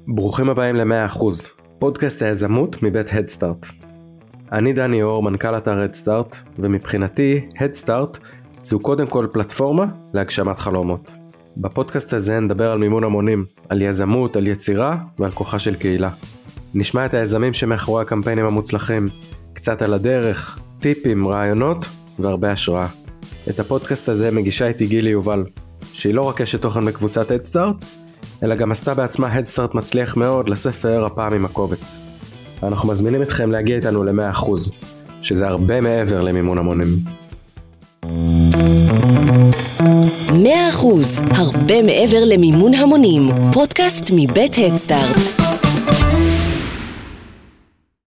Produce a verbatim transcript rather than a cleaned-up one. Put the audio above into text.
ברוכים הבאים ל-מאה אחוז, פודקאסט היזמות מבית הדסטארט. אני דני אור, מנכ"ל אתר הדסטארט, ומבחינתי הדסטארט זו קודם כל פלטפורמה להגשמת חלומות. בפודקאסט הזה נדבר על מימון המונים, על יזמות, על יצירה ועל כוחה של קהילה. נשמע את היזמים שמאחורי הקמפיינים המוצלחים, קצת על הדרך, טיפים, רעיונות והרבה השראה. את הפודקאסט הזה מגישה איתי גילי יובל, שהיא לא רק אשת תוכן בקבוצת הדסטארט, אלא גם עשתה בעצמה הדסטארט מצליח מאוד לספר הפעם עם הקובץ. אנחנו מזמינים אתכם להגיע איתנו ל-מאה אחוז, שזה הרבה מעבר למימון המונים. מאה אחוז, הרבה מעבר למימון המונים, פודקאסט מבית הדסטארט.